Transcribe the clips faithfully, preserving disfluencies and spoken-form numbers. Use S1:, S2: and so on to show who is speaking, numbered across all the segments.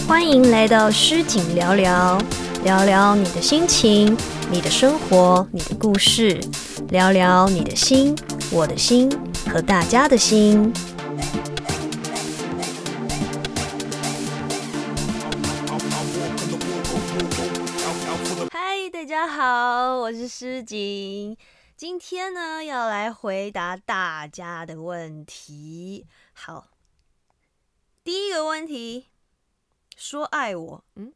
S1: 欢迎来到诗景聊聊，聊聊你的心情、你的生活、你的故事，聊聊你的心、我的心和大家的心。嗨，大家好，我是诗景。今天呢，要来回答大家的问题。好，第一个问题。说爱我，嗯，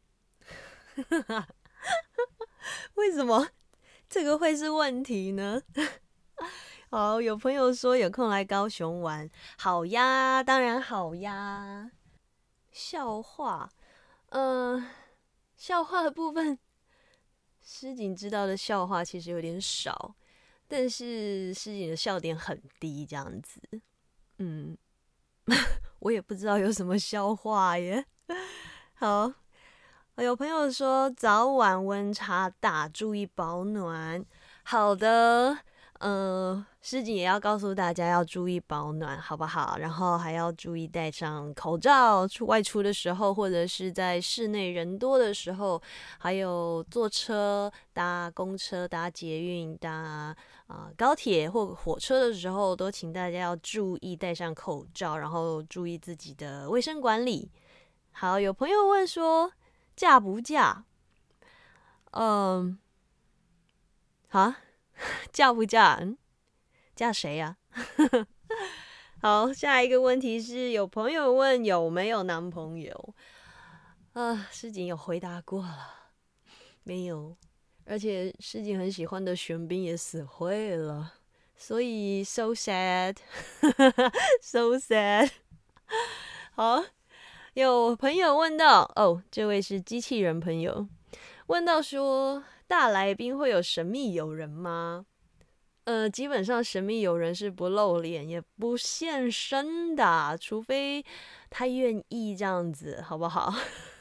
S1: 为什么这个会是问题呢？好，有朋友说有空来高雄玩，好呀，当然好呀。笑话，嗯、呃，笑话的部分，诗景知道的笑话其实有点少，但是诗景的笑点很低，这样子，嗯，我也不知道有什么笑话耶。好。有朋友说早晚温差大，注意保暖。好的，呃，诗景也要告诉大家要注意保暖，好不好？然后还要注意戴上口罩，出外出的时候，或者是在室内人多的时候，还有坐车、搭公车、搭捷运、搭呃高铁或火车的时候，都请大家要注意戴上口罩，然后注意自己的卫生管理。好，有朋友问说。嫁不嫁？嗯，啊，嫁不嫁？嗯，嫁谁呀、啊？好，下一个问题是，有朋友问有没有男朋友？啊，诗景有回答过了，没有，而且诗景很喜欢的玄彬也死会了，所以 so sad，so sad。好。有朋友问到，哦，这位是机器人朋友，问到说，大来宾会有神秘友人吗？呃，基本上神秘友人是不露脸也不现身的，除非他愿意这样子，好不好？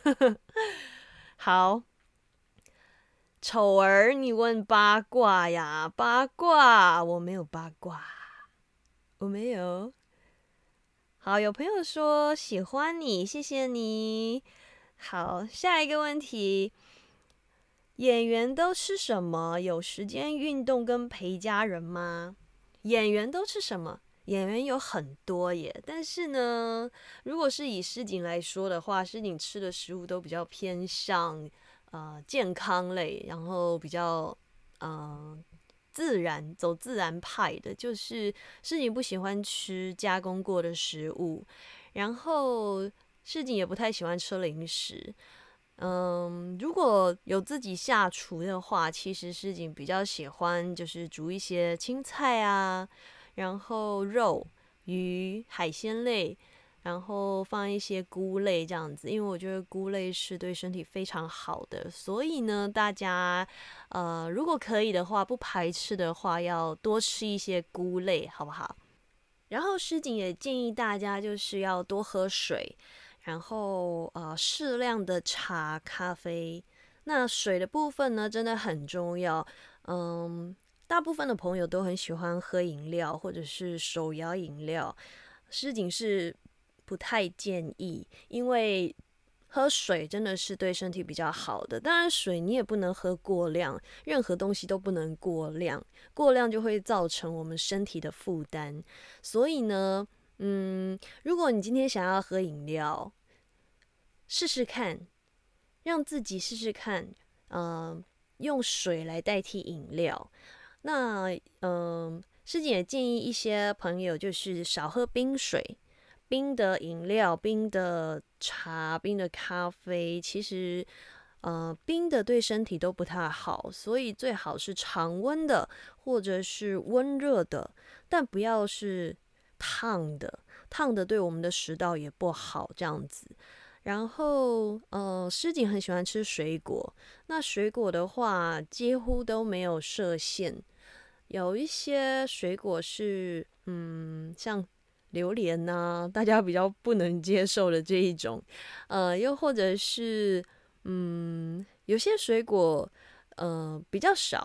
S1: 好，丑儿，你问八卦呀？八卦，我没有八卦，我没有。好，有朋友说喜欢你，谢谢你。好，下一个问题，演员都吃什么？有时间运动跟陪家人吗？演员都吃什么？演员有很多耶，但是呢，如果是以诗景来说的话，诗景吃的食物都比较偏向呃健康类，然后比较呃自然走自然派的，就是诗景不喜欢吃加工过的食物，然后诗景也不太喜欢吃零食。嗯，如果有自己下厨的话，其实诗景比较喜欢就是煮一些青菜啊，然后肉、鱼、海鲜类，然后放一些菇类这样子，因为我觉得菇类是对身体非常好的，所以呢，大家呃如果可以的话，不排斥的话，要多吃一些菇类，好不好？然后诗景也建议大家就是要多喝水。然后呃适量的茶、咖啡。那水的部分呢，真的很重要。嗯，大部分的朋友都很喜欢喝饮料或者是手摇饮料，诗景是不太建议，因为喝水真的是对身体比较好的。当然，水你也不能喝过量，任何东西都不能过量，过量就会造成我们身体的负担。所以呢。嗯，如果你今天想要喝饮料，试试看，让自己试试看，呃，用水来代替饮料。那，嗯、呃，师姐也建议一些朋友就是少喝冰水、冰的饮料、冰的茶、冰的咖啡，其实。呃，冰的对身体都不太好，所以最好是常温的或者是温热的，但不要是烫的，烫的对我们的食道也不好，这样子。然后，呃，诗景很喜欢吃水果，那水果的话几乎都没有设限，有一些水果是，嗯，像榴莲呐、大家比较不能接受的这一种，呃，又或者是，嗯，有些水果，呃，比较少。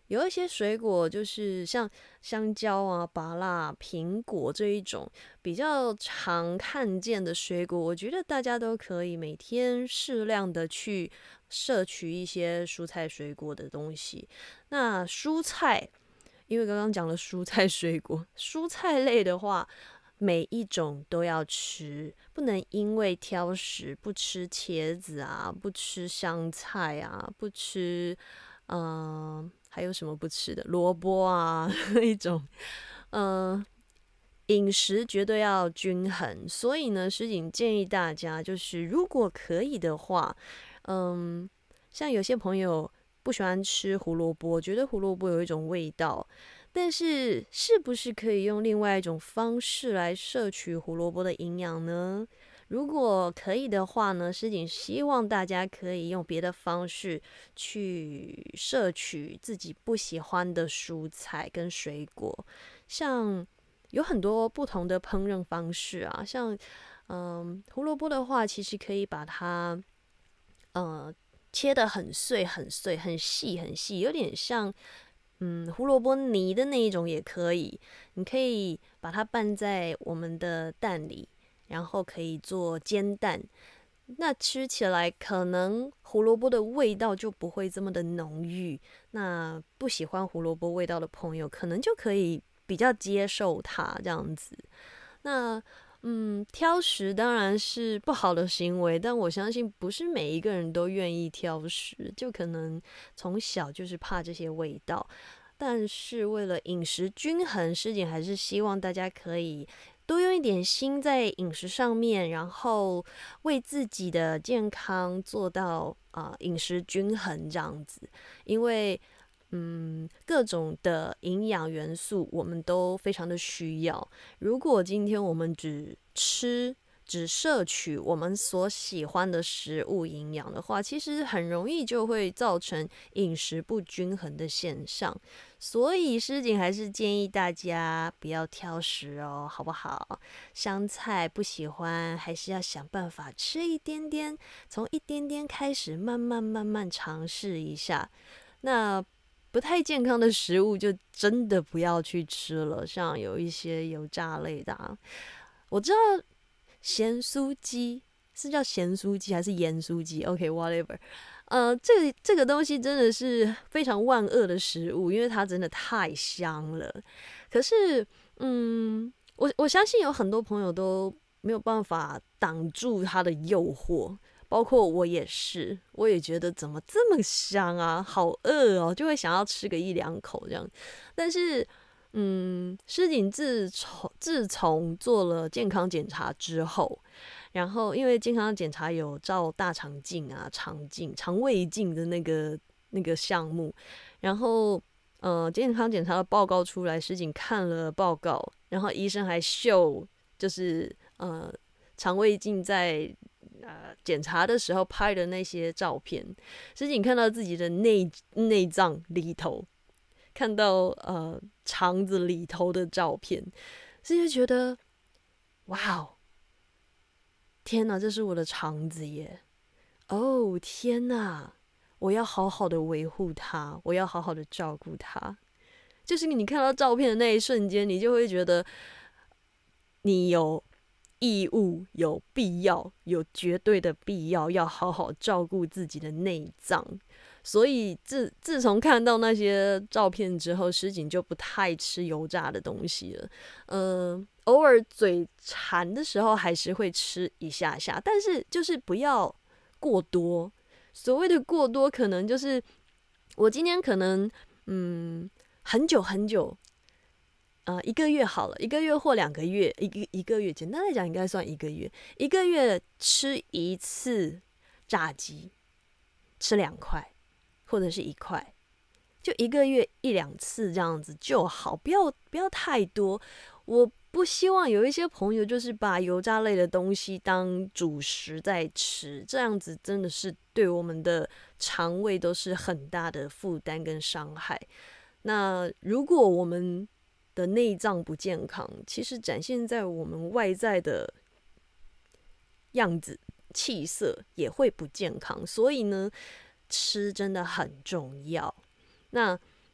S1: 有一些水果就是像香蕉啊、芭乐、苹果这一种比较常看见的水果，我觉得大家都可以每天适量的去摄取一些蔬菜水果的东西。那蔬菜，因为刚刚讲了蔬菜水果，蔬菜类的话，每一种都要吃，不能因为挑食不吃茄子啊，不吃香菜啊，不吃，嗯、呃，还有什么不吃的？萝卜啊，那一种，嗯、呃，饮食绝对要均衡。所以呢，诗锦建议大家，就是如果可以的话，嗯，像有些朋友不喜欢吃胡萝卜，觉得胡萝卜有一种味道。但是，是不是可以用另外一种方式来摄取胡萝卜的营养呢？如果可以的话呢，诗锦希望大家可以用别的方式去摄取自己不喜欢的蔬菜跟水果，像有很多不同的烹饪方式啊，像嗯胡萝卜的话，其实可以把它呃切得很碎、很碎、很细、很细，有点像。嗯，胡萝卜泥的那一种也可以，你可以把它拌在我们的蛋里，然后可以做煎蛋。那吃起来可能胡萝卜的味道就不会这么的浓郁。那不喜欢胡萝卜味道的朋友，可能就可以比较接受它这样子。那嗯，挑食当然是不好的行为，但我相信不是每一个人都愿意挑食，就可能从小就是怕这些味道。但是为了饮食均衡，诗锦还是希望大家可以多用一点心在饮食上面，然后为自己的健康做到啊、呃、饮食均衡这样子，因为。嗯，各种的营养元素我们都非常的需要。如果今天我们只吃、只摄取我们所喜欢的食物营养的话，其实很容易就会造成饮食不均衡的现象。所以诗锦还是建议大家不要挑食哦，好不好？香菜不喜欢，还是要想办法吃一点点，从一点点开始，慢慢慢慢尝试一下。那不太健康的食物就真的不要去吃了，像有一些油炸类的啊，我知道咸酥鸡是叫咸酥鸡还是盐酥鸡？OK，whatever、okay,。呃，这个这个东西真的是非常万恶的食物，因为它真的太香了。可是，嗯，我我相信有很多朋友都没有办法挡住它的诱惑。包括我也是，我也觉得怎么这么香啊，好饿哦，就会想要吃个一两口这样。但是，嗯，诗锦自从自从做了健康检查之后，然后因为健康检查有照大肠镜啊、肠镜、肠胃镜的那个那个项目，然后呃，健康检查的报告出来，诗锦看了报告，然后医生还秀，就是呃，肠胃镜在。呃，检查的时候拍的那些照片，诗锦看到自己的内内脏里头，看到呃肠子里头的照片，所以就觉得，哇哦，天哪，这是我的肠子耶！哦，天哪，我要好好的维护它，我要好好的照顾它。就是你看到照片的那一瞬间，你就会觉得你有义务、有必要、有绝对的必要，要好好照顾自己的内脏。所以自自从看到那些照片之后，诗锦就不太吃油炸的东西了。嗯、呃，偶尔嘴馋的时候还是会吃一下下，但是就是不要过多。所谓的过多，可能就是我今天可能嗯很久很久。呃，一个月好了，一个月或两个月，一个一个月，简单来讲应该算一个月。一个月吃一次炸鸡，吃两块或者是一块，就一个月一两次这样子就好，不要不要太多。我不希望有一些朋友就是把油炸类的东西当主食在吃，这样子真的是对我们的肠胃都是很大的负担跟伤害。那如果我们的内脏不健康，其实展现在我们外在的样子、气色也会不健康。所以呢，吃真的很重要。那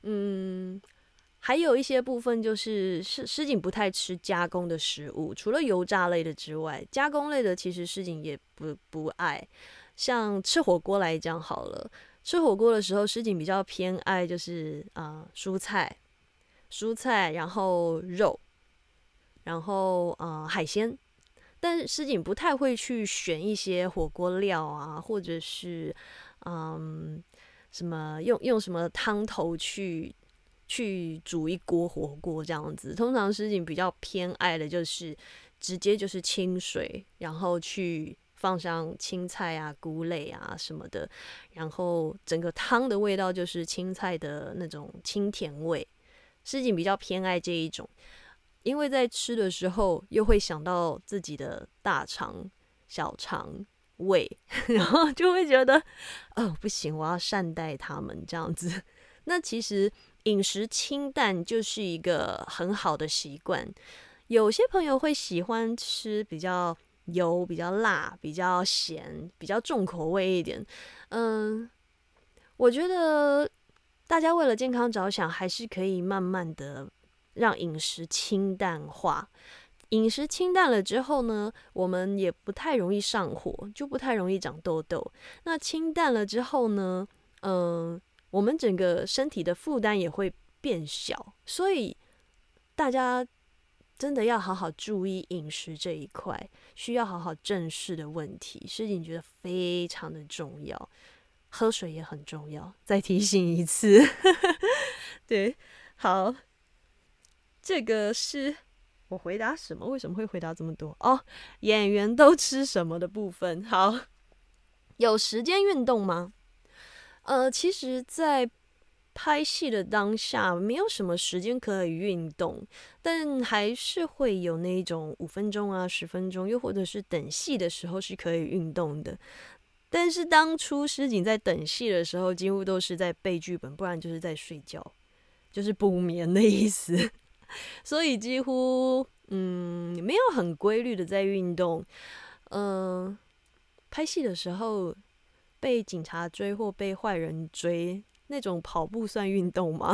S1: 嗯，还有一些部分就是诗诗锦不太吃加工的食物，除了油炸类的之外，加工类的其实诗锦也不不爱。像吃火锅来讲好了，吃火锅的时候，诗锦比较偏爱就是啊、呃、蔬菜，蔬菜，然后肉，然后呃海鲜。但是诗锦不太会去选一些火锅料啊，或者是嗯什么用用什么汤头去去煮一锅火锅这样子。通常诗锦比较偏爱的就是直接就是清水，然后去放上青菜啊、菇类啊什么的，然后整个汤的味道就是青菜的那种清甜味。诗锦比较偏爱这一种。因为在吃的时候又会想到自己的大肠、小肠、胃，然后就会觉得，哦，不行，我要善待他们这样子。那其实饮食清淡就是一个很好的习惯。有些朋友会喜欢吃比较油、比较辣、比较咸、比较重口味一点。嗯，我觉得大家为了健康着想，还是可以慢慢的让饮食清淡化。饮食清淡了之后呢，我们也不太容易上火，就不太容易长痘痘。那清淡了之后呢，嗯、呃，我们整个身体的负担也会变小。所以大家真的要好好注意饮食这一块，需要好好正视的问题，事情觉得非常的重要。喝水也很重要，再提醒一次。对，好，这个是我回答什么？为什么会回答这么多？哦，演员都吃什么的部分。好，有时间运动吗？呃，其实，在拍戏的当下，没有什么时间可以运动，但还是会有那种五分钟啊、十分钟，又或者是等戏的时候是可以运动的。但是当初诗锦在等戏的时候，几乎都是在背剧本，不然就是在睡觉，就是补眠的意思。所以几乎嗯没有很规律的在运动。嗯、呃，拍戏的时候被警察追或被坏人追，那种跑步算运动吗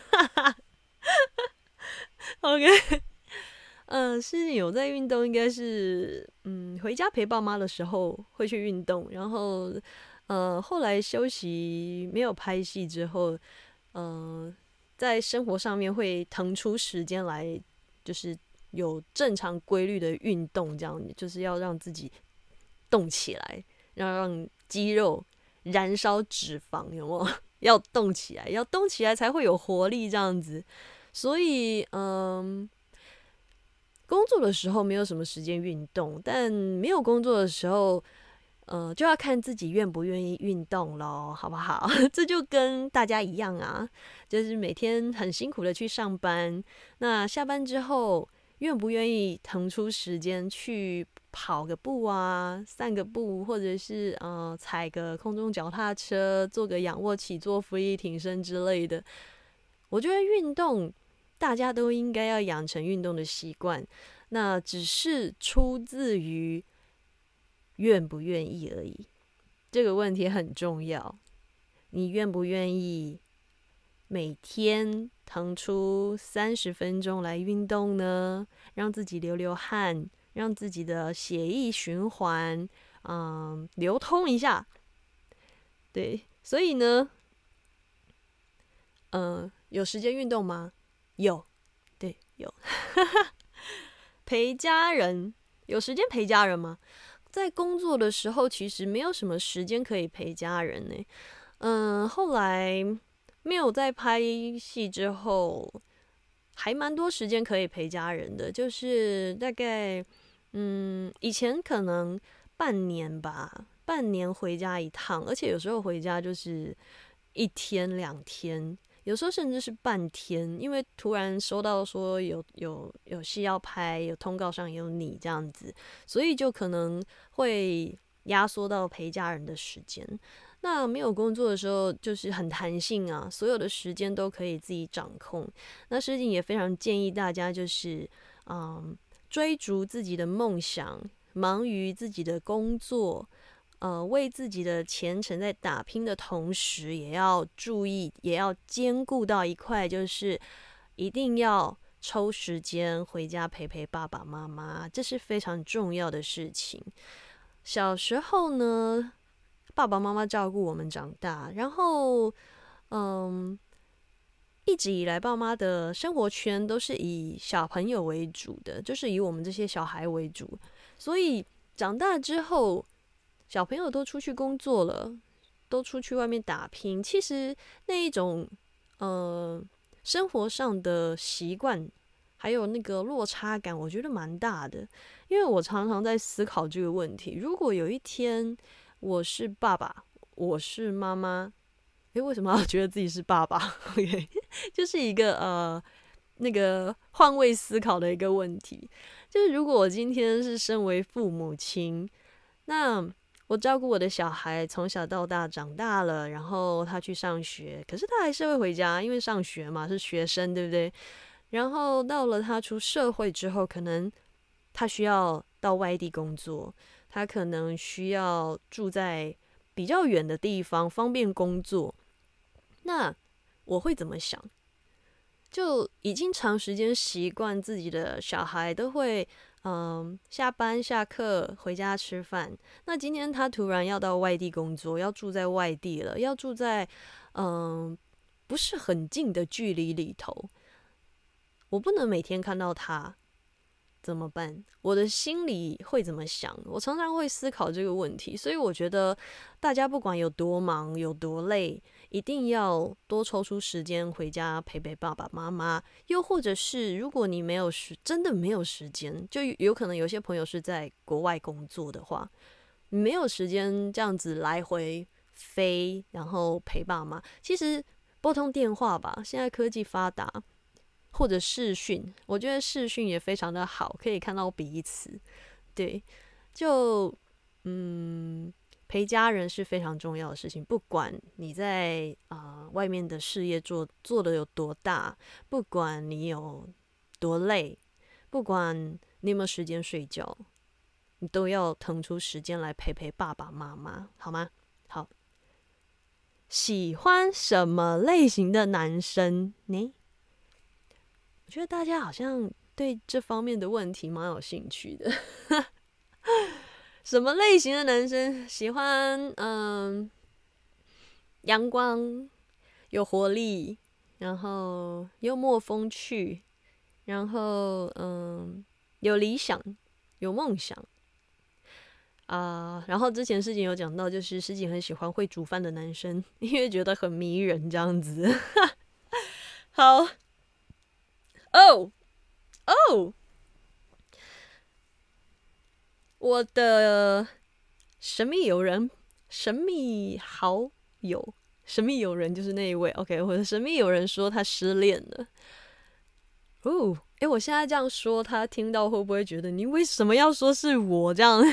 S1: ？OK， 嗯、呃，是有在运动，应该是嗯回家陪爸妈的时候会去运动，然后呃后来休息没有拍戏之后，嗯、呃，在生活上面会腾出时间来，就是有正常规律的运动，这样就是要让自己动起来，要让肌肉燃烧脂肪，有没有？要动起来，要动起来才会有活力，这样子。所以，嗯，工作的时候没有什么时间运动，但没有工作的时候，呃，就要看自己愿不愿意运动咯，好不好？这就跟大家一样啊，就是每天很辛苦的去上班，那下班之后，愿不愿意腾出时间去跑个步啊，散个步，或者是呃踩个空中脚踏车，做个仰卧起坐、俯卧挺身之类的。我觉得运动大家都应该要养成运动的习惯，那只是出自于愿不愿意而已。这个问题很重要，你愿不愿意每天腾出三十分钟来运动呢？让自己流流汗，让自己的血液循环，嗯，流通一下。对，所以呢，嗯、呃，有时间运动吗？有，对，有。陪家人，有时间陪家人吗？在工作的时候，其实没有什么时间可以陪家人呢。嗯，后来没有在拍戏之后，还蛮多时间可以陪家人的。就是大概，嗯，以前可能半年吧，半年回家一趟，而且有时候回家就是一天两天，有时候甚至是半天，因为突然收到说有有有戏要拍，有通告上有你这样子，所以就可能会压缩到陪家人的时间。那没有工作的时候，就是很弹性啊，所有的时间都可以自己掌控。那诗锦也非常建议大家，就是嗯，追逐自己的梦想，忙于自己的工作， 呃为自己的前程在打拼的同时，也要注意，也要兼顾到一块，就是一定要抽时间回家陪陪爸爸妈妈，这是非常重要的事情。小时候呢，爸爸妈妈照顾我们长大，然后嗯。一直以来，爸妈的生活圈都是以小朋友为主的，就是以我们这些小孩为主。所以长大之后，小朋友都出去工作了，都出去外面打拼。其实那一种呃生活上的习惯，还有那个落差感，我觉得蛮大的。因为我常常在思考这个问题：如果有一天我是爸爸，我是妈妈。诶，为什么要觉得自己是爸爸？OK， 就是一个呃那个换位思考的一个问题。就是如果我今天是身为父母亲，那我照顾我的小孩从小到大长大了，然后他去上学，可是他还是会回家，因为上学嘛，是学生，对不对？然后到了他出社会之后，可能他需要到外地工作，他可能需要住在比较远的地方，方便工作。那我会怎么想？就已经长时间习惯自己的小孩都会，嗯，下班下课回家吃饭。那今天他突然要到外地工作，要住在外地了，要住在嗯不是很近的距离里头，我不能每天看到他。怎么办？我的心里会怎么想？我常常会思考这个问题，所以我觉得大家不管有多忙、有多累，一定要多抽出时间回家陪陪爸爸妈妈。又或者是，如果你没有时，真的没有时间，就有可能有些朋友是在国外工作的话，你没有时间这样子来回飞，然后陪爸妈。其实拨通电话吧，现在科技发达。或者视讯，我觉得视讯也非常的好，可以看到彼此。对，就嗯，陪家人是非常重要的事情。不管你在啊、呃、外面的事业做做的有多大，不管你有多累，不管你有没有时间睡觉，你都要腾出时间来陪陪爸爸妈妈，好吗？好，喜欢什么类型的男生呢？我觉得大家好像对这方面的问题蛮有兴趣的。什么类型的男生喜欢？嗯，阳光、有活力，然后幽默风趣，然后嗯，有理想、有梦想啊、呃。然后之前诗锦有讲到，就是诗锦很喜欢会煮饭的男生，因为觉得很迷人这样子。好，哦。哦，我的神秘友人，神秘好友，神秘友人就是那一位。OK， 我的神秘友人说他失恋了。哦，诶，我现在这样说，他听到会不会觉得你为什么要说是我这样？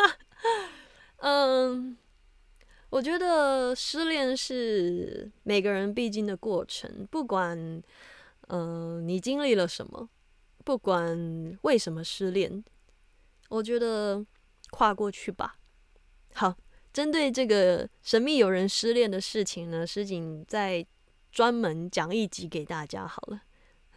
S1: 嗯，我觉得失恋是每个人必经的过程，不管嗯、呃、你经历了什么，不管为什么失恋，我觉得跨过去吧。好，针对这个神秘有人失恋的事情呢，诗锦再专门讲一集给大家好了，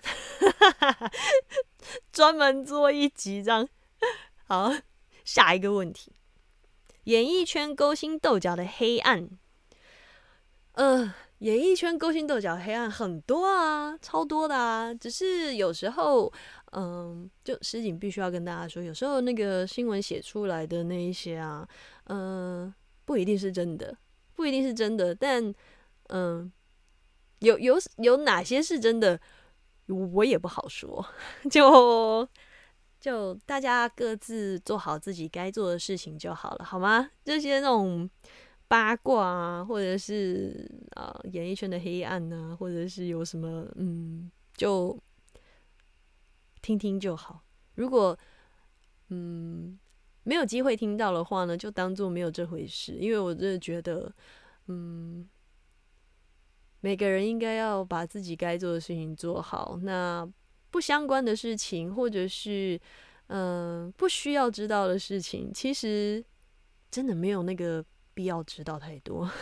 S1: 专门做一集这样。好，下一个问题，演艺圈勾心斗角的黑暗，呃，演艺圈勾心斗角黑暗很多啊，超多的啊。只是有时候，嗯，就诗锦必须要跟大家说，有时候那个新闻写出来的那一些啊，嗯，不一定是真的，不一定是真的。但，嗯，有有有哪些是真的，我也不好说。就就大家各自做好自己该做的事情就好了，好吗？这些那种八卦啊，或者是啊、呃、演艺圈的黑暗啊，或者是有什么嗯，就听听就好。如果嗯没有机会听到的话呢，就当做没有这回事。因为我真的觉得，嗯，每个人应该要把自己该做的事情做好。那不相关的事情，或者是嗯、呃、不需要知道的事情，其实真的没有那个必要知道太多。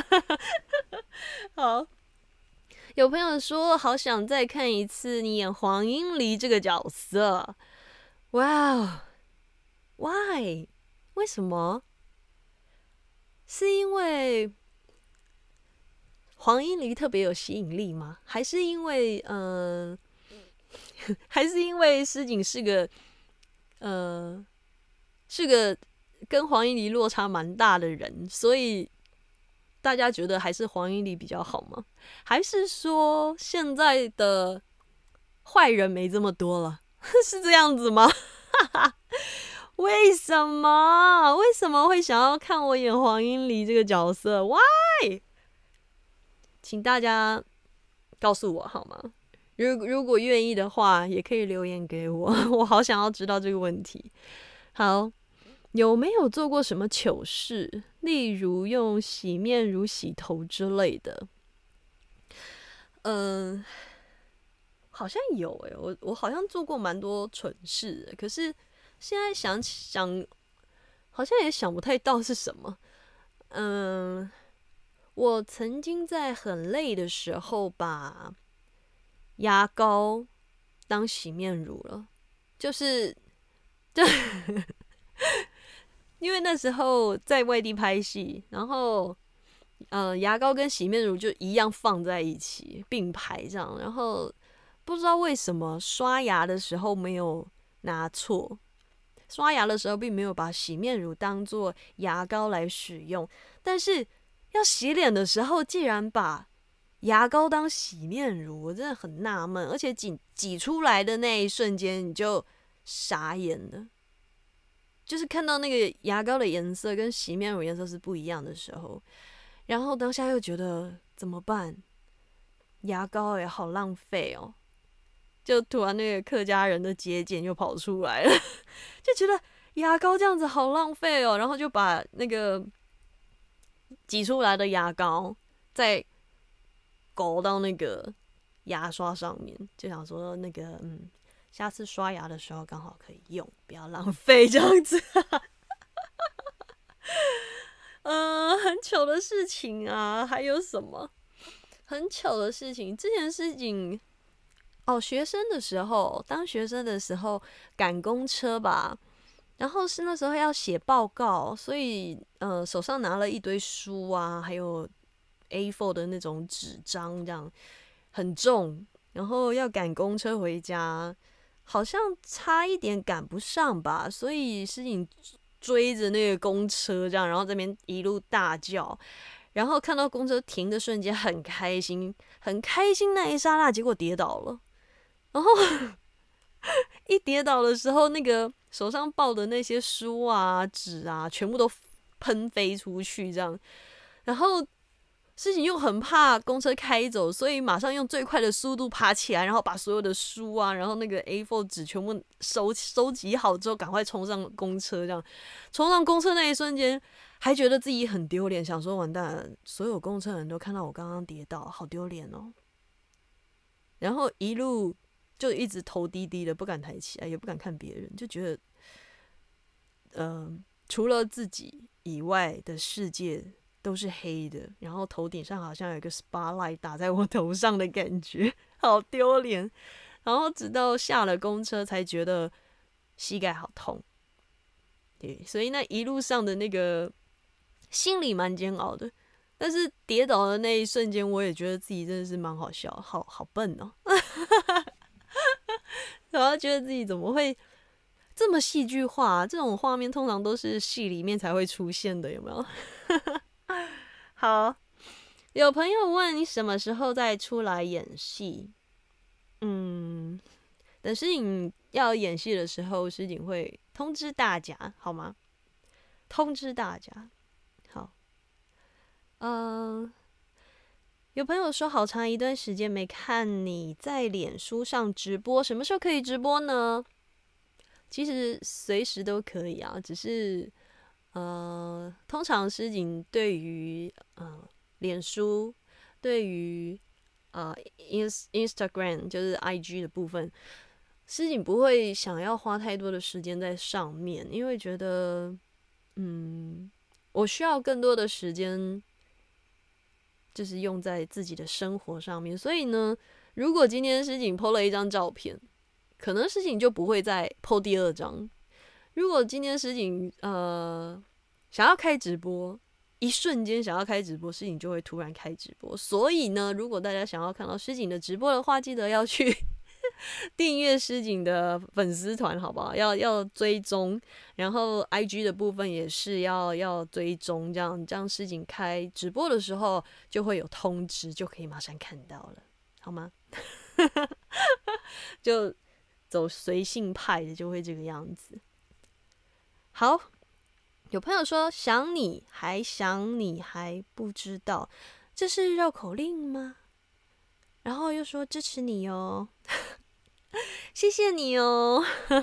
S1: 好，有朋友说好想再看一次你演黄英梨这个角色。哇哦 ，Why？ 为什么？是因为黄英梨特别有吸引力吗？还是因为呃，还是因为诗锦是个呃是个跟黄英梨落差蛮大的人，所以大家觉得还是黄英梨比较好吗？还是说现在的坏人没这么多了？是这样子吗？为什么？为什么会想要看我演黄英梨这个角色 ？Why？ 请大家告诉我好吗？如如果愿意的话，也可以留言给我，我好想要知道这个问题。好，有没有做过什么糗事？例如用洗面乳洗头之类的？嗯，好像有诶、欸，我我好像做过蛮多蠢事的，可是现在想想，好像也想不太到是什么。嗯，我曾经在很累的时候把牙膏当洗面乳了，就是就因为那时候在外地拍戏，然后呃牙膏跟洗面乳就一样放在一起并排这样，然后不知道为什么刷牙的时候没有拿错，刷牙的时候并没有把洗面乳当做牙膏来使用，但是要洗脸的时候竟然把牙膏当洗面乳，我真的很纳闷，而且挤挤出来的那一瞬间你就傻眼了，就是看到那个牙膏的颜色跟洗面乳颜色是不一样的时候，然后当下又觉得怎么办？牙膏也好浪费哦，就突然那个客家人的节俭又跑出来了，就觉得牙膏这样子好浪费哦，然后就把那个挤出来的牙膏再勾到那个牙刷上面，就想说那个嗯，下次刷牙的时候刚好可以用，不要浪费这样子。嗯、呃，很糗的事情啊，还有什么很糗的事情？这件事情哦，学生的时候，当学生的时候赶公车吧，然后是那时候要写报告，所以呃手上拿了一堆书啊，还有 A 四 的那种纸张，这样很重，然后要赶公车回家，好像差一点赶不上吧，所以是你追着那个公车这样，然后这边一路大叫，然后看到公车停的瞬间很开心，很开心那一刹那，结果跌倒了，然后一跌倒的时候，那个手上抱的那些书啊、纸啊，全部都喷飞出去，这样。然后事情又很怕公车开走，所以马上用最快的速度爬起来，然后把所有的书啊，然后那个 A 四 纸全部收收集好之后，赶快冲上公车，这样。冲上公车那一瞬间，还觉得自己很丢脸，想说完蛋了，所有公车人都看到我刚刚跌倒，好丢脸哦。然后一路就一直头低低的，不敢抬起来，也不敢看别人，就觉得，呃，除了自己以外的世界都是黑的，然后头顶上好像有一个 spotlight 打在我头上的感觉，好丢脸。然后直到下了公车才觉得膝盖好痛，对，所以那一路上的那个心里蛮煎熬的。但是跌倒的那一瞬间，我也觉得自己真的是蛮好笑，好好笨哦。然后觉得自己怎么会这么戏剧化、啊？这种画面通常都是戏里面才会出现的，有没有？好，有朋友问你什么时候再出来演戏？嗯，等诗颖要演戏的时候，诗颖会通知大家，好吗？通知大家。好，嗯、呃。有朋友说，好长一段时间没看你在脸书上直播，什么时候可以直播呢？其实随时都可以啊，只是呃，通常诗锦对于呃脸书，对于呃 Instagram 就是 I G 的部分，诗锦不会想要花太多的时间在上面，因为觉得嗯我需要更多的时间，就是用在自己的生活上面。所以呢，如果今天诗景 po 了一张照片，可能诗景就不会再 po 第二张。如果今天诗景呃想要开直播，一瞬间想要开直播，诗景就会突然开直播。所以呢，如果大家想要看到诗景的直播的话，记得要去订阅诗景的粉丝团，好不好？要要追踪，然后 I G 的部分也是要要追踪，这样这样诗景开直播的时候就会有通知，就可以马上看到了，好吗？就走随性派的就会这个样子。好，有朋友说想你还想你还不知道，这是绕口令吗？然后又说支持你哦。谢谢你哦。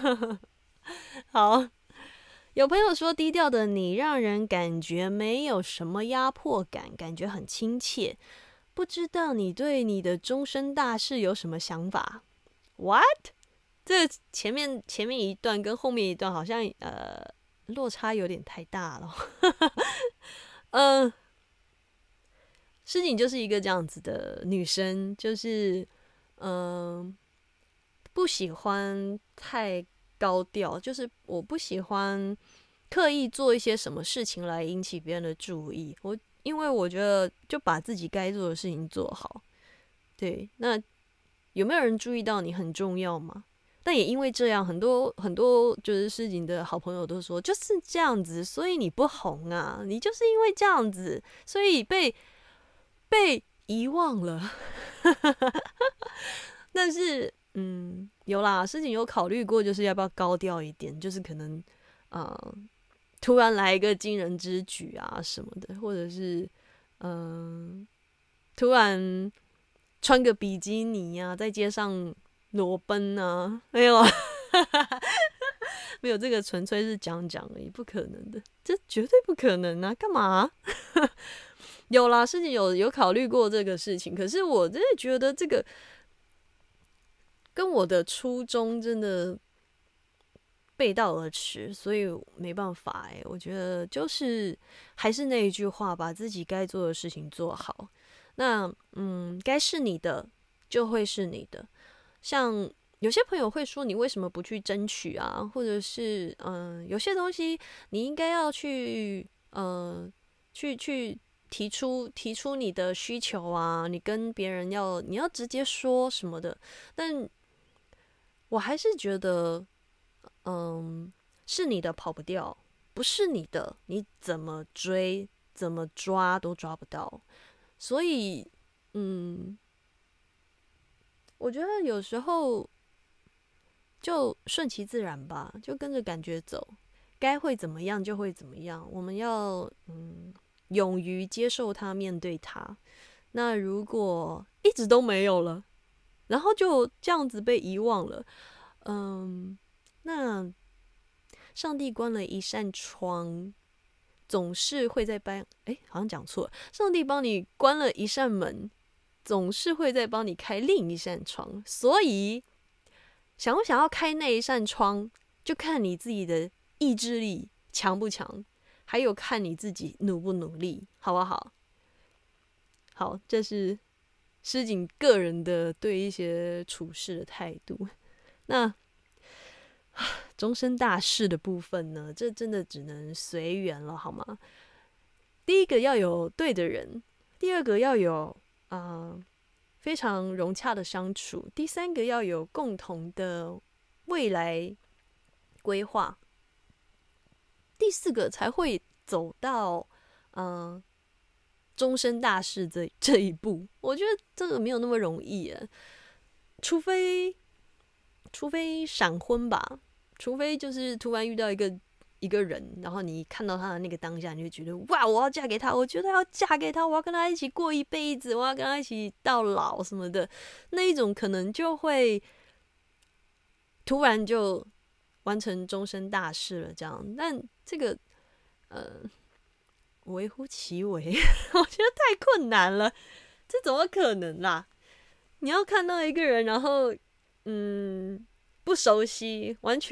S1: 好，有朋友说低调的你让人感觉没有什么压迫感，感觉很亲切。不知道你对你的终身大事有什么想法 ？What？ 这前面前面一段跟后面一段好像呃落差有点太大了。嗯、呃，诗景就是一个这样子的女生，就是嗯。呃不喜欢太高调，就是我不喜欢刻意做一些什么事情来引起别人的注意。我因为我觉得就把自己该做的事情做好。对，那有没有人注意到你很重要吗？但也因为这样，很多很多就是诗景的好朋友都说，就是这样子，所以你不红啊，你就是因为这样子，所以被被遗忘了。但是。嗯，有啦，诗景有考虑过，就是要不要高调一点，就是可能，呃，突然来一个惊人之举啊什么的，或者是，嗯、呃，突然穿个比基尼啊，在街上裸奔啊，没有啊，没有，这个纯粹是讲讲而已，不可能的，这绝对不可能啊，干嘛啊？有啦，诗景有有考虑过这个事情，可是我真的觉得这个。跟我的初衷真的背道而驰，所以没办法哎。我觉得就是还是那一句话，把自己该做的事情做好。那嗯，该是你的就会是你的。像有些朋友会说，你为什么不去争取啊？或者是嗯，有些东西你应该要去嗯，去去。提出提出你的需求啊，你跟别人要你要直接说什么的，但我还是觉得，嗯，是你的跑不掉，不是你的，你怎么追、怎么抓都抓不到。所以，嗯，我觉得有时候就顺其自然吧，就跟着感觉走，该会怎么样就会怎么样。我们要，嗯，勇于接受它，面对它。那如果一直都没有了，然后就这样子被遗忘了。嗯，那上帝关了一扇窗，总是会在帮……哎，好像讲错了。上帝帮你关了一扇门，总是会在帮你开另一扇窗。所以，想不想要开那一扇窗，就看你自己的意志力强不强，还有看你自己努不努力，好不好？好，这是诗景个人的对一些处事的态度。那终身大事的部分呢，这真的只能随缘了，好吗？第一个要有对的人，第二个要有啊、呃、非常融洽的相处，第三个要有共同的未来规划，第四个才会走到嗯、呃、终身大事这这一步。我觉得这个没有那么容易耶，除非除非闪婚吧。除非就是突然遇到一个一个人，然后你看到他的那个当下，你就觉得哇，我要嫁给他，我觉得要嫁给他，我要跟他一起过一辈子，我要跟他一起到老什么的，那一种可能就会突然就完成终身大事了，这样。但这个呃微乎其微，我觉得太困难了，这怎么可能啦？你要看到一个人，然后嗯。不熟悉，完全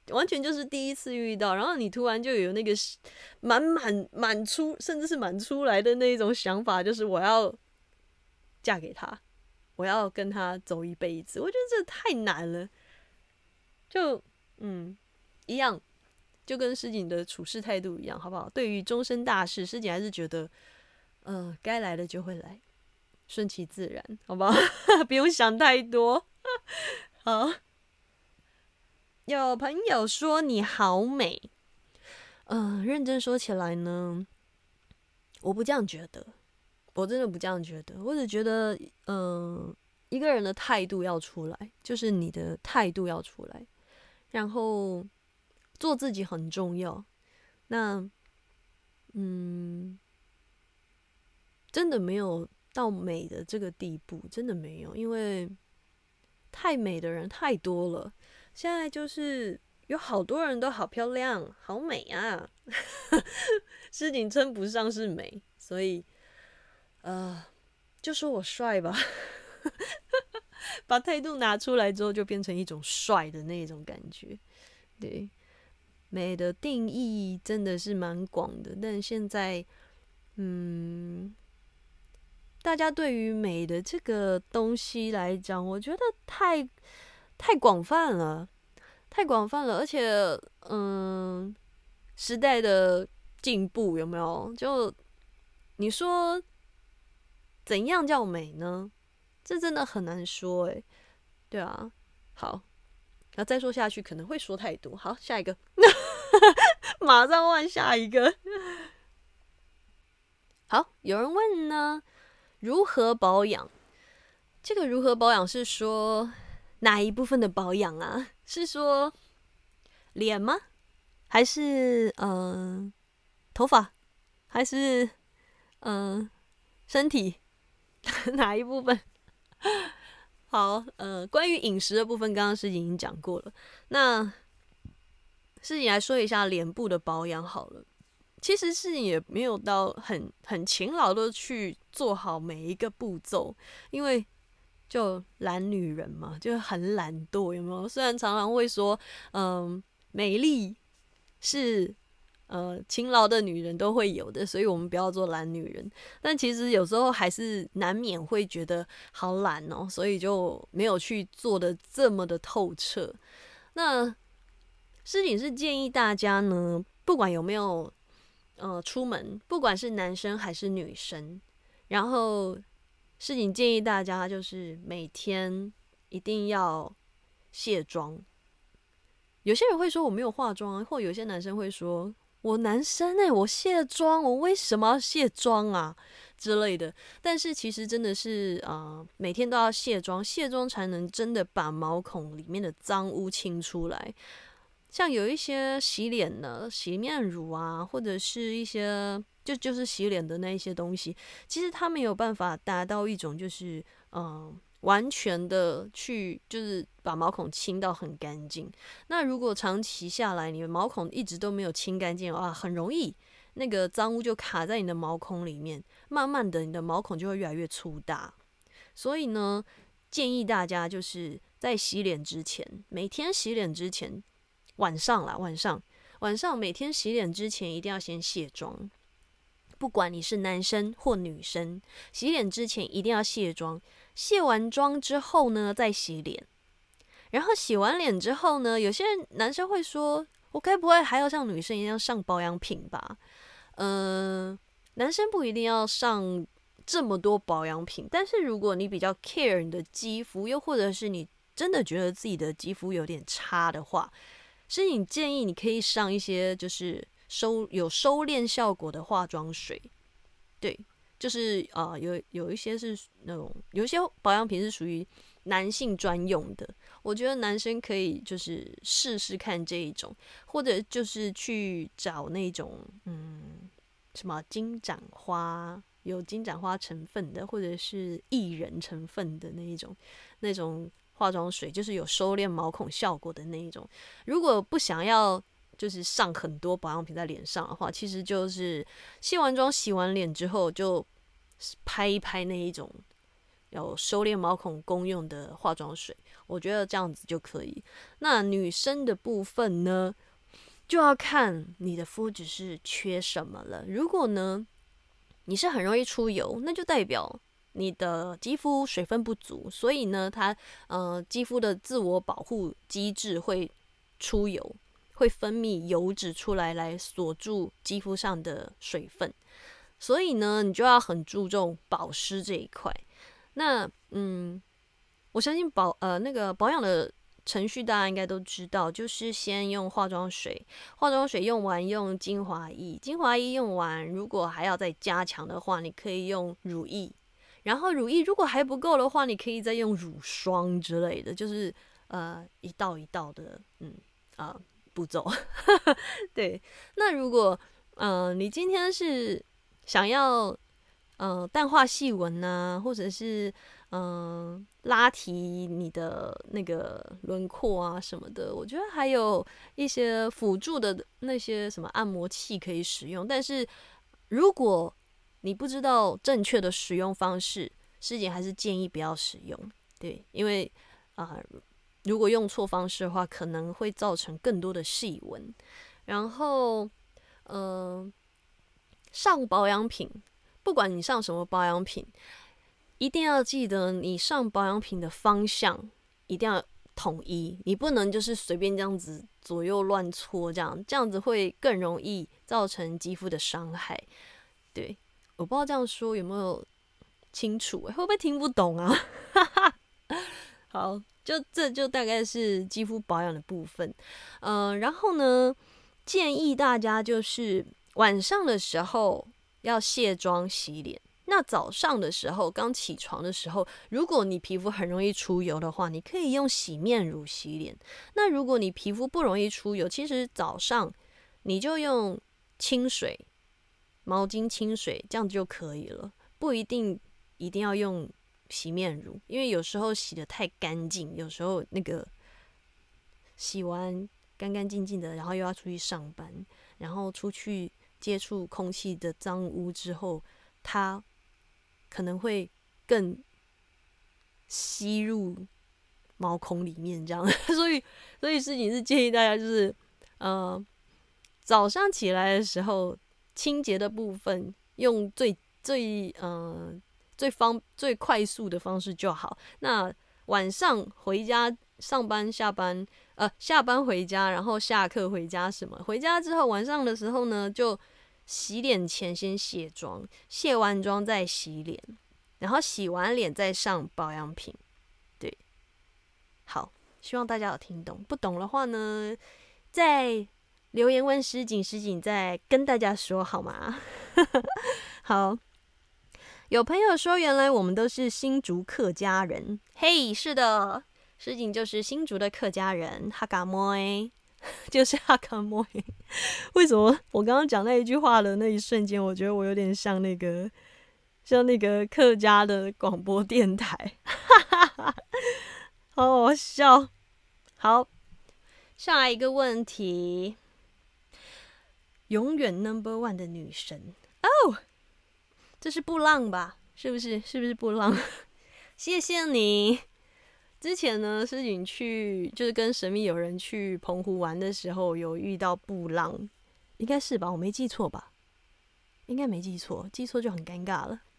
S1: 完全就是第一次遇到，然后你突然就有那个满满满出，甚至是满出来的那种想法，就是我要嫁给他，我要跟他走一辈子。我觉得这太难了，就嗯一样，就跟诗锦的处事态度一样，好不好？对于终身大事，诗锦还是觉得，呃，该来的就会来，顺其自然，好不好？不用想太多。好。有朋友说你好美，嗯、呃，认真说起来呢，我不这样觉得，我真的不这样觉得，我只觉得，嗯、呃，一个人的态度要出来，就是你的态度要出来，然后做自己很重要。那，嗯，真的没有到美的这个地步，真的没有，因为太美的人太多了。现在就是有好多人都好漂亮，好美啊！诗锦称不上是美，所以呃，就说我帅吧。把态度拿出来之后，就变成一种帅的那种感觉。对，美的定义真的是蛮广的，但现在，嗯，大家对于美的这个东西来讲，我觉得太太广泛了。太广泛了，而且，嗯，时代的进步有没有？就你说怎样叫美呢？这真的很难说诶。对啊，好，那再说下去可能会说太多。好，下一个，马上换下一个。好，有人问呢，如何保养？这个如何保养是说哪一部分的保养啊？是说脸吗？还是嗯、呃、头发？还是嗯、呃、身体？哪一部分？好，呃，关于饮食的部分，刚刚诗锦已经讲过了。那诗锦来说一下脸部的保养好了。其实诗锦也没有到很很勤劳的去做好每一个步骤，因为就懒女人嘛，就很懒惰，有没有？虽然常常会说，嗯，美丽是呃勤劳的女人都会有的，所以我们不要做懒女人。但其实有时候还是难免会觉得好懒哦，所以就没有去做的这么的透彻。那诗锦是建议大家呢，不管有没有呃出门，不管是男生还是女生，然后诗锦建议大家就是每天一定要卸妆。有些人会说我没有化妆，或有些男生会说我男生欸，我卸妆，我为什么要卸妆啊之类的。但是其实真的是呃，每天都要卸妆，卸妆才能真的把毛孔里面的脏污清出来。像有一些洗脸的洗面乳啊，或者是一些就就是洗脸的那一些东西，其实它没有办法达到一种就是嗯、呃完全的去就是把毛孔清到很干净。那如果长期下来，你的毛孔一直都没有清干净的话，很容易那个脏污就卡在你的毛孔里面，慢慢的你的毛孔就会越来越粗大。所以呢，建议大家就是在洗脸之前，每天洗脸之前，晚上啦，晚上晚上每天洗脸之前一定要先卸妆。不管你是男生或女生，洗脸之前一定要卸妆。卸完妆之后呢，再洗脸。然后洗完脸之后呢，有些男生会说：“我该不会还要像女生一样上保养品吧？”嗯、呃，男生不一定要上这么多保养品，但是如果你比较 care 你的肌肤，又或者是你真的觉得自己的肌肤有点差的话，是你建议你可以上一些就是收有收敛效果的化妆水。对，就是呃有有一些是那种有一些保养品是属于男性专用的，我觉得男生可以就是试试看这一种，或者就是去找那种嗯什么金盏花有金盏花成分的，或者是薏仁成分的那一种那种化妆水，就是有收敛毛孔效果的那一种。如果不想要就是上很多保养品在脸上的话，其实就是卸完妆、洗完脸之后，就拍一拍那一种有收敛毛孔功用的化妆水， 我觉得这样子就可以。那女生的部分呢，就要看你的肤质是缺什么了。如果呢你是很容易出油，那就代表你的肌肤水分不足，所以呢，它呃肌肤的自我保护机制会出油，会分泌油脂出来来锁住肌肤上的水分，所以呢，你就要很注重保湿这一块。那嗯，我相信保呃那个保养的程序大家应该都知道，就是先用化妆水，化妆水用完用精华液，精华液用完，如果还要再加强的话，你可以用乳液，然后乳液如果还不够的话，你可以再用乳霜之类的，就是呃一道一道的嗯啊、呃、步骤。对，那如果呃你今天是想要呃淡化细纹啊，或者是嗯、呃，拉提你的那个轮廓啊什么的，我觉得还有一些辅助的那些什么按摩器可以使用。但是如果你不知道正确的使用方式，师姐还是建议不要使用。对，因为啊、呃，如果用错方式的话，可能会造成更多的细纹。然后，嗯、呃，上保养品，不管你上什么保养品，一定要记得你上保养品的方向一定要统一，你不能就是随便这样子左右乱搓，这样这样子会更容易造成肌肤的伤害。对，我不知道这样说有没有清楚、欸，会不会听不懂啊？好，就这就大概是肌肤保养的部分。嗯、呃，然后呢，建议大家就是晚上的时候要卸妆洗脸。那早上的时候，刚起床的时候，如果你皮肤很容易出油的话，你可以用洗面乳洗脸。那如果你皮肤不容易出油，其实早上你就用清水、毛巾、清水这样就可以了，不一定一定要用洗面乳，因为有时候洗得太干净，有时候那个洗完干干净净的，然后又要出去上班，然后出去接触空气的脏污之后，它可能会更吸入毛孔里面，这样，所以，所以事情是建议大家就是，呃，早上起来的时候，清洁的部分用最最呃最方最快速的方式就好。那晚上回家上班下班，呃，下班回家，然后下课回家什么，回家之后晚上的时候呢，就洗脸前先卸妆，卸完妆再洗脸，然后洗完脸再上保养品。对，好，希望大家有听懂。不懂的话呢，再留言问诗锦，诗锦再跟大家说好吗？好，有朋友说，原来我们都是新竹客家人。嘿，是的，诗锦就是新竹的客家人，哈嘎莫诶。就是哈卡莫耶。为什么我刚刚讲那一句话的那一瞬间，我觉得我有点像那个像那个客家的广播电台，好好笑。好，下来一个问题，永远 number one 的女神哦，这是布浪吧？是不是？是不是布浪？谢谢你。之前呢，诗锦去就是跟神秘友人去澎湖玩的时候，有遇到布浪，应该是吧？我没记错吧？应该没记错，记错就很尴尬了。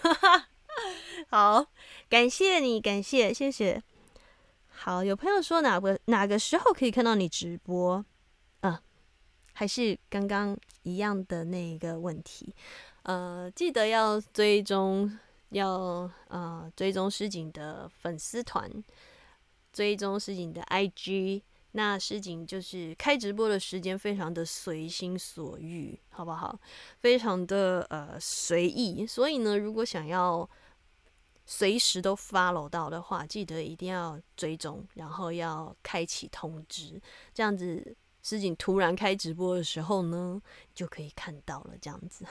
S1: 好，感谢你，感谢，谢谢。好，有朋友说哪个哪个时候可以看到你直播？啊，还是刚刚一样的那个问题。呃，记得要追踪。要呃追踪诗锦的粉丝团，追踪诗锦的 I G。那诗锦就是开直播的时间非常的随心所欲，好不好？非常的呃随意。所以呢，如果想要随时都 follow 到的话，记得一定要追踪，然后要开启通知，这样子诗锦突然开直播的时候呢，就可以看到了。这样子，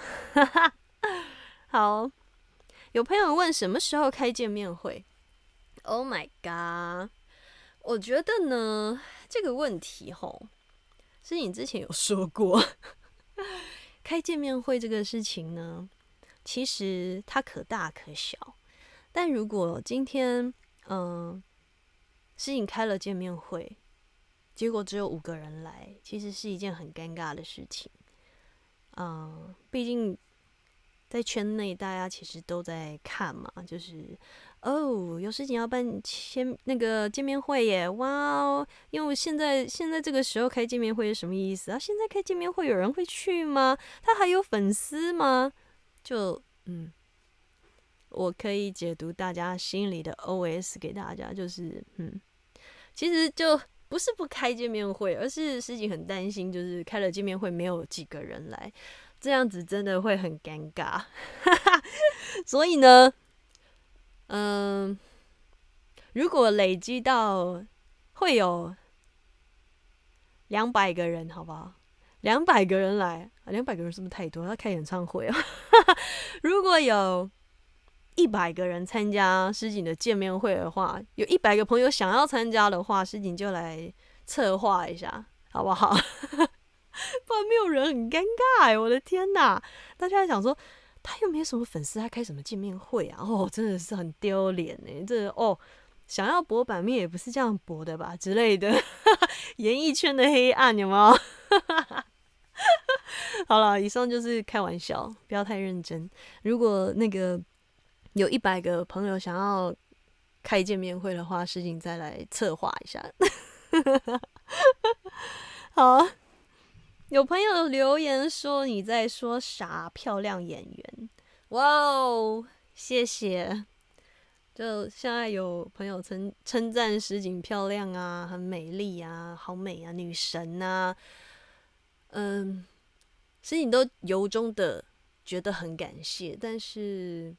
S1: 好。有朋友问什么时候开见面会 ？Oh my god！ 我觉得呢，这个问题吼，是你之前有说过，开见面会这个事情呢，其实它可大可小。但如果今天，嗯、呃， 诗景开了见面会，结果只有五个人来，其实是一件很尴尬的事情。嗯，毕竟在圈内大家其实都在看嘛，就是哦，有事情要办签那个见面会耶，哇哦！因为现在现在这个时候开见面会是什么意思啊？现在开见面会有人会去吗？他还有粉丝吗？就嗯，我可以解读大家心里的 O S 给大家，就是嗯，其实就不是不开见面会，而是事情很担心，就是开了见面会没有几个人来，这样子真的会很尴尬。所以呢，嗯，如果累积到会有两百个人，好不好？两百个人来，两百个人是不是太多？要开演唱会啊！如果有一百个人参加诗景的见面会的话，有一百个朋友想要参加的话，诗景就来策划一下，好不好？不然没有人很尴尬哎、欸！我的天哪，大家想说他又没什么粉丝，他开什么见面会啊？哦，真的是很丢脸哎！这哦，想要博版面也不是这样博的吧之类的，演艺圈的黑暗有没有？好了，以上就是开玩笑，不要太认真。如果那个有一百个朋友想要开见面会的话，事情再来策划一下。好，有朋友留言说你在说啥漂亮演员，哇哦，谢谢。就现在有朋友称称赞实景漂亮啊，很美丽啊，好美啊，女神啊，嗯，实景都由衷的觉得很感谢，但是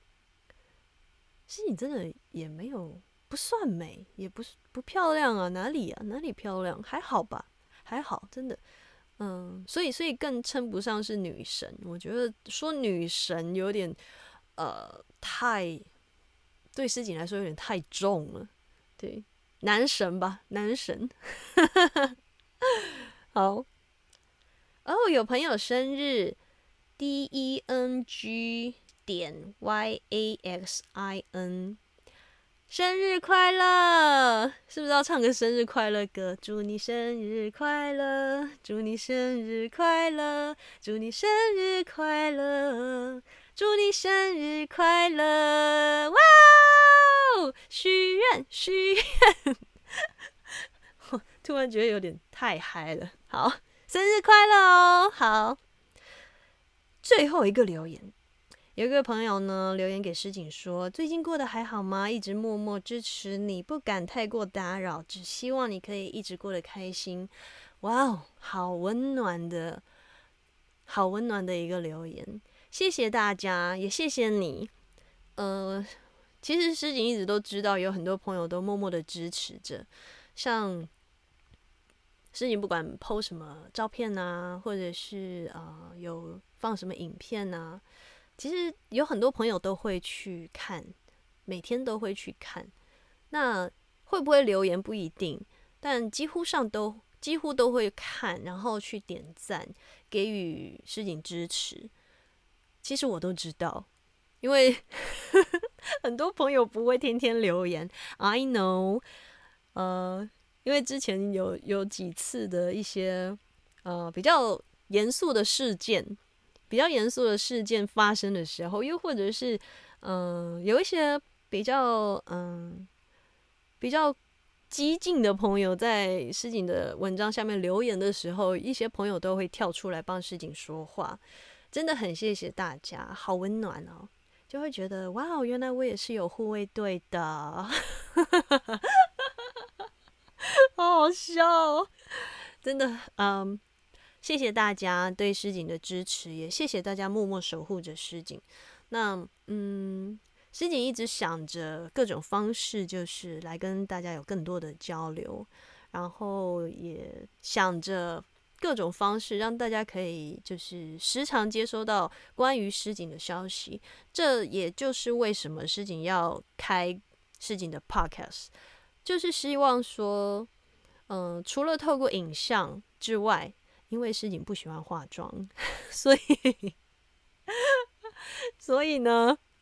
S1: 实景真的也没有不算美，也不是不漂亮啊，哪里啊哪里漂亮，还好吧，还好，真的。嗯，所以所以更称不上是女神，我觉得说女神有点呃太对诗景来说有点太重了，对，男神吧，男神。好，哦，有朋友生日 D E N G 点 Y A X I N。生日快乐！是不是要唱个生日快乐歌？祝你生日快乐，祝你生日快乐，祝你生日快乐，祝你生日快乐！哇哦！许愿，许愿！突然觉得有点太嗨了。好，生日快乐哦！好，最后一个留言。有一个朋友呢留言给诗景说：“最近过得还好吗？一直默默支持你，不敢太过打扰，只希望你可以一直过得开心。”哇哦，好温暖的，好温暖的一个留言，谢谢大家，也谢谢你。呃，其实诗景一直都知道，有很多朋友都默默的支持着，像诗景不管 po 什么照片啊，或者是呃有放什么影片啊。其实有很多朋友都会去看，每天都会去看。那会不会留言不一定，但几乎上都几乎都会看，然后去点赞，给予诗景支持。其实我都知道，因为很多朋友不会天天留言 ，I know。呃，因为之前有有几次的一些呃比较严肃的事件。比较严肃的事件发生的时候，又或者是嗯、呃、有一些比较嗯、呃、比较激进的朋友在诗景的文章下面留言的时候，一些朋友都会跳出来帮诗景说话，真的很谢谢大家，好温暖哦，就会觉得哇，原来我也是有护卫队的，好好笑哦，真的，嗯。谢谢大家对诗景的支持，也谢谢大家默默守护着诗景。那嗯，诗景一直想着各种方式，就是来跟大家有更多的交流，然后也想着各种方式让大家可以就是时常接收到关于诗景的消息。这也就是为什么诗景要开诗景的 podcast， 就是希望说，嗯、呃，除了透过影像之外。因为诗景不喜欢化妆，所以所以呢，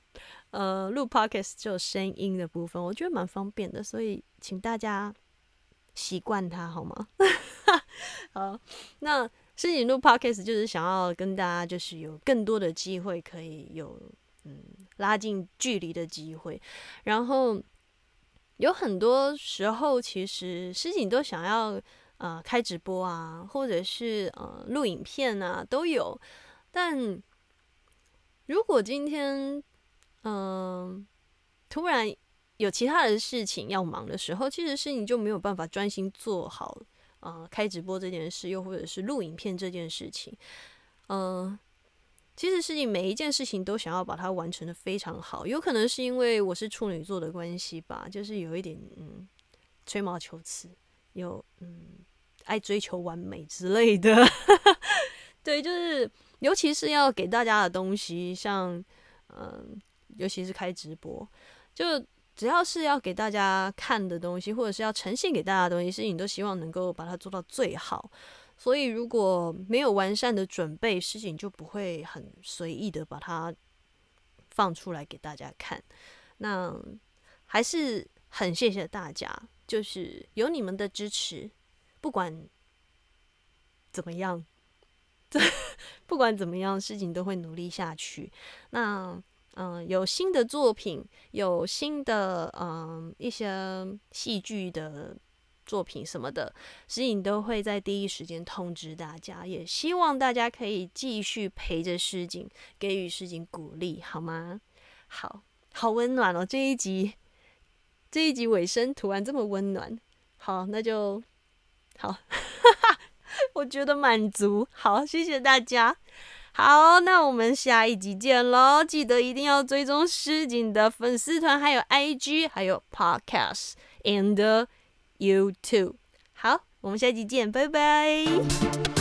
S1: 呃录 podcast 就有声音的部分，我觉得蛮方便的，所以请大家习惯它好吗？好，那事情录 podcast 就是想要跟大家就是有更多的机会可以有嗯拉近距离的机会，然后有很多时候其实事情都想要呃开直播啊，或者是呃录影片啊都有，但如果今天嗯、呃、突然有其他的事情要忙的时候，其实事情就没有办法专心做好呃开直播这件事，又或者是录影片这件事情。嗯、呃，其实事情每一件事情都想要把它完成的非常好，有可能是因为我是处女座的关系吧，就是有一点嗯吹毛求疵，有嗯爱追求完美之类的。对，就是尤其是要给大家的东西，像嗯、呃，尤其是开直播，就只要是要给大家看的东西，或者是要呈现给大家的东西，事情都希望能够把它做到最好。所以如果没有完善的准备，事情就不会很随意的把它放出来给大家看。那还是很谢谢大家，就是有你们的支持，不管怎么样，不管怎么样，事情都会努力下去。那嗯、呃，有新的作品，有新的嗯、呃、一些戏剧的作品什么的，事情都会在第一时间通知大家。也希望大家可以继续陪着诗景，给予诗景鼓励，好吗？好好温暖哦，这一集这一集尾声突然这么温暖，好，那就好。我觉得满足，好，谢谢大家。好，那我们下一集见咯，记得一定要追踪诗景的粉丝团，还有 I G， 还有 Podcast and YouTube。好，我们下一集见，拜拜。